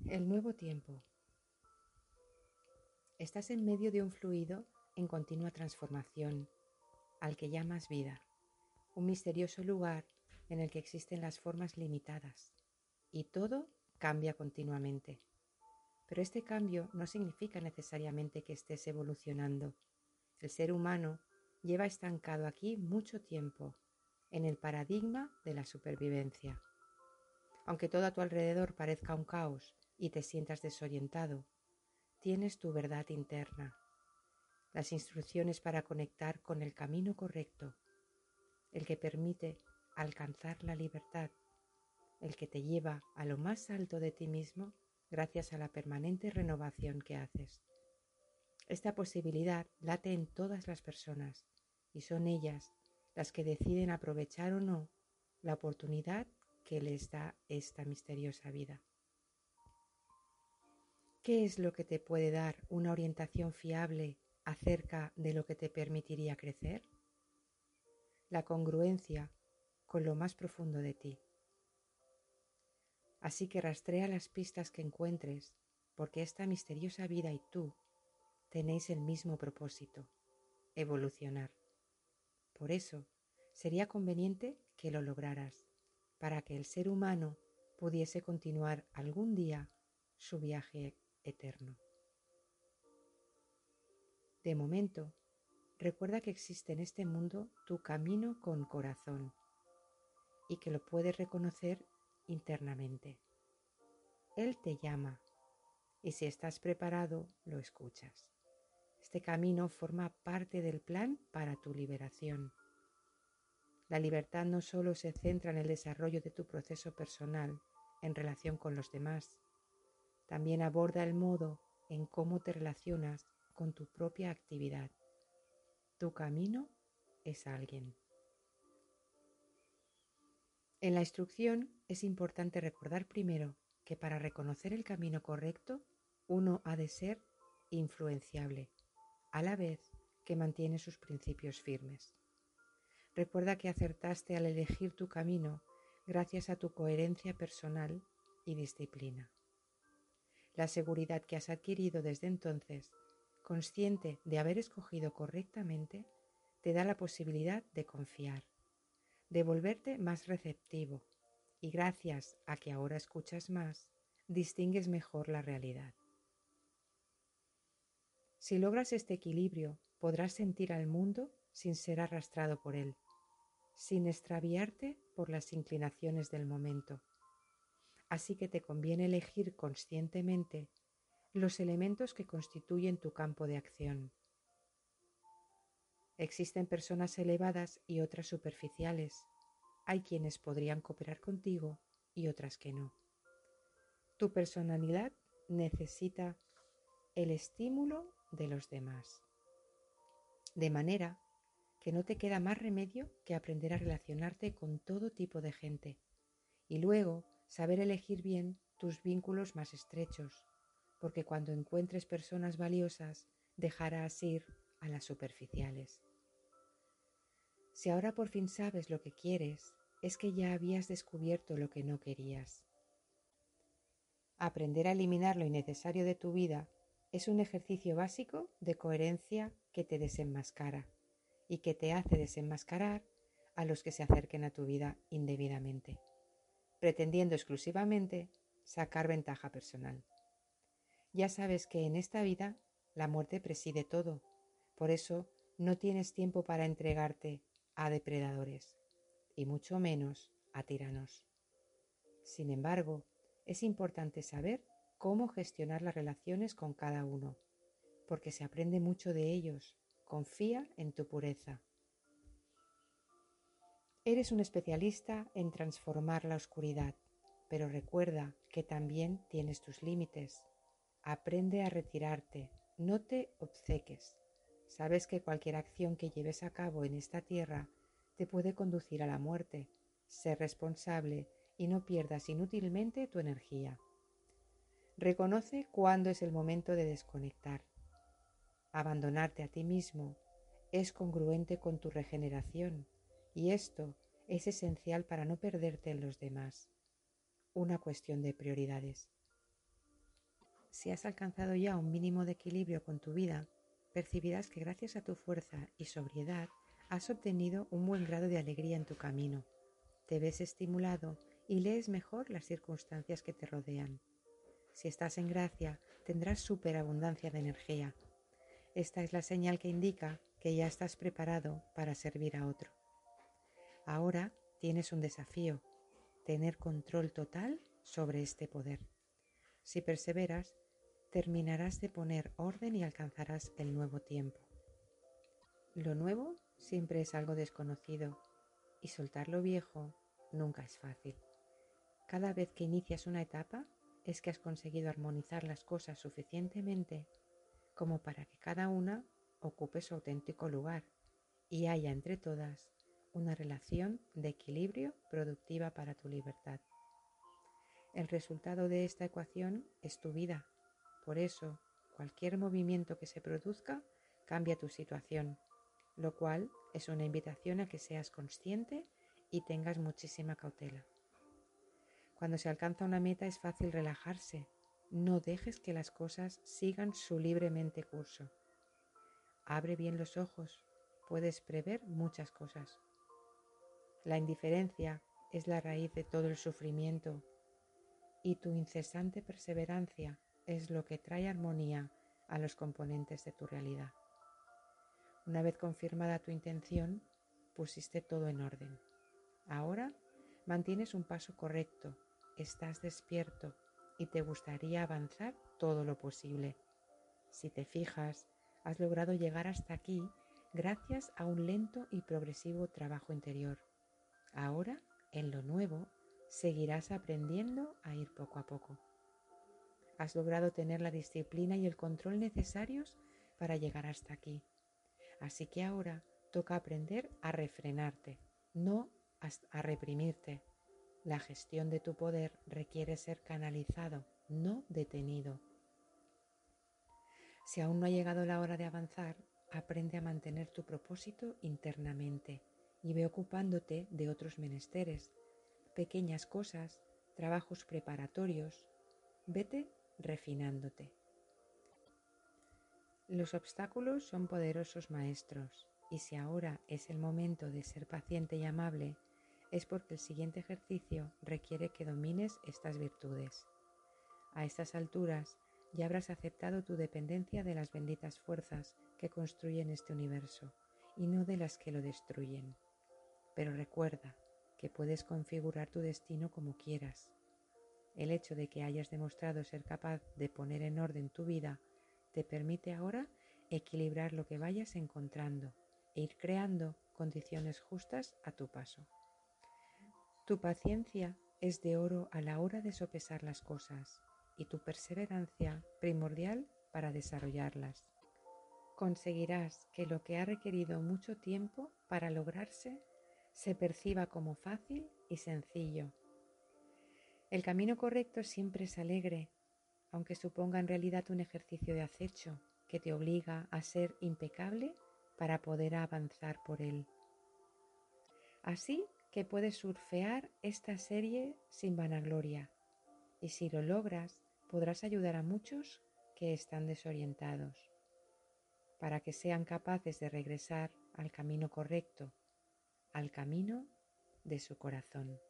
El nuevo tiempo. Estás en medio de un fluido en continua transformación, al que llamas vida, un misterioso lugar en el que existen las formas limitadas, y todo cambia continuamente. Pero este cambio no significa necesariamente que estés evolucionando. El ser humano lleva estancado aquí mucho tiempo, en el paradigma de la supervivencia. Aunque todo a tu alrededor parezca un caos y te sientas desorientado, tienes tu verdad interna, las instrucciones para conectar con el camino correcto, el que permite alcanzar la libertad, el que te lleva a lo más alto de ti mismo gracias a la permanente renovación que haces. Esta posibilidad late en todas las personas y son ellas las que deciden aprovechar o no la oportunidad que les da esta misteriosa vida. ¿Qué es lo que te puede dar una orientación fiable acerca de lo que te permitiría crecer? La congruencia con lo más profundo de ti. Así que rastrea las pistas que encuentres, porque esta misteriosa vida y tú tenéis el mismo propósito, evolucionar. Por eso, sería conveniente que lo lograras, para que el ser humano pudiese continuar algún día su viaje eterno. De momento, recuerda que existe en este mundo tu camino con corazón y que lo puedes reconocer internamente. Él te llama y si estás preparado, lo escuchas. Este camino forma parte del plan para tu liberación. La libertad no solo se centra en el desarrollo de tu proceso personal en relación con los demás, también aborda el modo en cómo te relacionas con tu propia actividad. Tu camino es alguien. En la instrucción es importante recordar primero que para reconocer el camino correcto, uno ha de ser influenciable, a la vez que mantiene sus principios firmes. Recuerda que acertaste al elegir tu camino gracias a tu coherencia personal y disciplina. La seguridad que has adquirido desde entonces, consciente de haber escogido correctamente, te da la posibilidad de confiar, de volverte más receptivo y gracias a que ahora escuchas más, distingues mejor la realidad. Si logras este equilibrio, podrás sentir al mundo sin ser arrastrado por él, sin extraviarte por las inclinaciones del momento. Así que te conviene elegir conscientemente los elementos que constituyen tu campo de acción. Existen personas elevadas y otras superficiales. Hay quienes podrían cooperar contigo y otras que no. Tu personalidad necesita el estímulo de los demás. De manera que no te queda más remedio que aprender a relacionarte con todo tipo de gente y luego saber elegir bien tus vínculos más estrechos, porque cuando encuentres personas valiosas dejarás ir a las superficiales. Si ahora por fin sabes lo que quieres, es que ya habías descubierto lo que no querías. Aprender a eliminar lo innecesario de tu vida es un ejercicio básico de coherencia que te desenmascara y que te hace desenmascarar a los que se acerquen a tu vida indebidamente, pretendiendo exclusivamente sacar ventaja personal. Ya sabes que en esta vida la muerte preside todo, por eso no tienes tiempo para entregarte a depredadores, y mucho menos a tiranos. Sin embargo, es importante saber cómo gestionar las relaciones con cada uno, porque se aprende mucho de ellos. Confía en tu pureza. Eres un especialista en transformar la oscuridad, pero recuerda que también tienes tus límites. Aprende a retirarte, no te obceques. Sabes que cualquier acción que lleves a cabo en esta tierra te puede conducir a la muerte. Sé responsable y no pierdas inútilmente tu energía. Reconoce cuándo es el momento de desconectar. Abandonarte a ti mismo es congruente con tu regeneración y esto es esencial para no perderte en los demás. Una cuestión de prioridades. Si has alcanzado ya un mínimo de equilibrio con tu vida, percibirás que gracias a tu fuerza y sobriedad has obtenido un buen grado de alegría en tu camino. Te ves estimulado y lees mejor las circunstancias que te rodean. Si estás en gracia, tendrás superabundancia de energía. Esta es la señal que indica que ya estás preparado para servir a otro. Ahora tienes un desafío: tener control total sobre este poder. Si perseveras, terminarás de poner orden y alcanzarás el nuevo tiempo. Lo nuevo siempre es algo desconocido y soltar lo viejo nunca es fácil. Cada vez que inicias una etapa es que has conseguido armonizar las cosas suficientemente como para que cada una ocupe su auténtico lugar y haya entre todas una relación de equilibrio productiva para tu libertad. El resultado de esta ecuación es tu vida. Por eso, cualquier movimiento que se produzca cambia tu situación, lo cual es una invitación a que seas consciente y tengas muchísima cautela. Cuando se alcanza una meta es fácil relajarse. No dejes que las cosas sigan su libremente curso. Abre bien los ojos, puedes prever muchas cosas. La indiferencia es la raíz de todo el sufrimiento y tu incesante perseverancia es lo que trae armonía a los componentes de tu realidad. Una vez confirmada tu intención, pusiste todo en orden. Ahora mantienes un paso correcto, estás despierto y te gustaría avanzar todo lo posible. Si te fijas, has logrado llegar hasta aquí gracias a un lento y progresivo trabajo interior. Ahora, en lo nuevo, seguirás aprendiendo a ir poco a poco. Has logrado tener la disciplina y el control necesarios para llegar hasta aquí. Así que ahora toca aprender a refrenarte, no a reprimirte. La gestión de tu poder requiere ser canalizado, no detenido. Si aún no ha llegado la hora de avanzar, aprende a mantener tu propósito internamente y ve ocupándote de otros menesteres, pequeñas cosas, trabajos preparatorios. Vete refinándote. Los obstáculos son poderosos maestros, y si ahora es el momento de ser paciente y amable, es porque el siguiente ejercicio requiere que domines estas virtudes. A estas alturas ya habrás aceptado tu dependencia de las benditas fuerzas que construyen este universo y no de las que lo destruyen. Pero recuerda que puedes configurar tu destino como quieras. El hecho de que hayas demostrado ser capaz de poner en orden tu vida te permite ahora equilibrar lo que vayas encontrando e ir creando condiciones justas a tu paso. Tu paciencia es de oro a la hora de sopesar las cosas y tu perseverancia primordial para desarrollarlas. Conseguirás que lo que ha requerido mucho tiempo para lograrse se perciba como fácil y sencillo. El camino correcto siempre es alegre, aunque suponga en realidad un ejercicio de acecho que te obliga a ser impecable para poder avanzar por él. Así que puedes surfear esta serie sin vanagloria, y si lo logras, podrás ayudar a muchos que están desorientados, para que sean capaces de regresar al camino correcto, al camino de su corazón.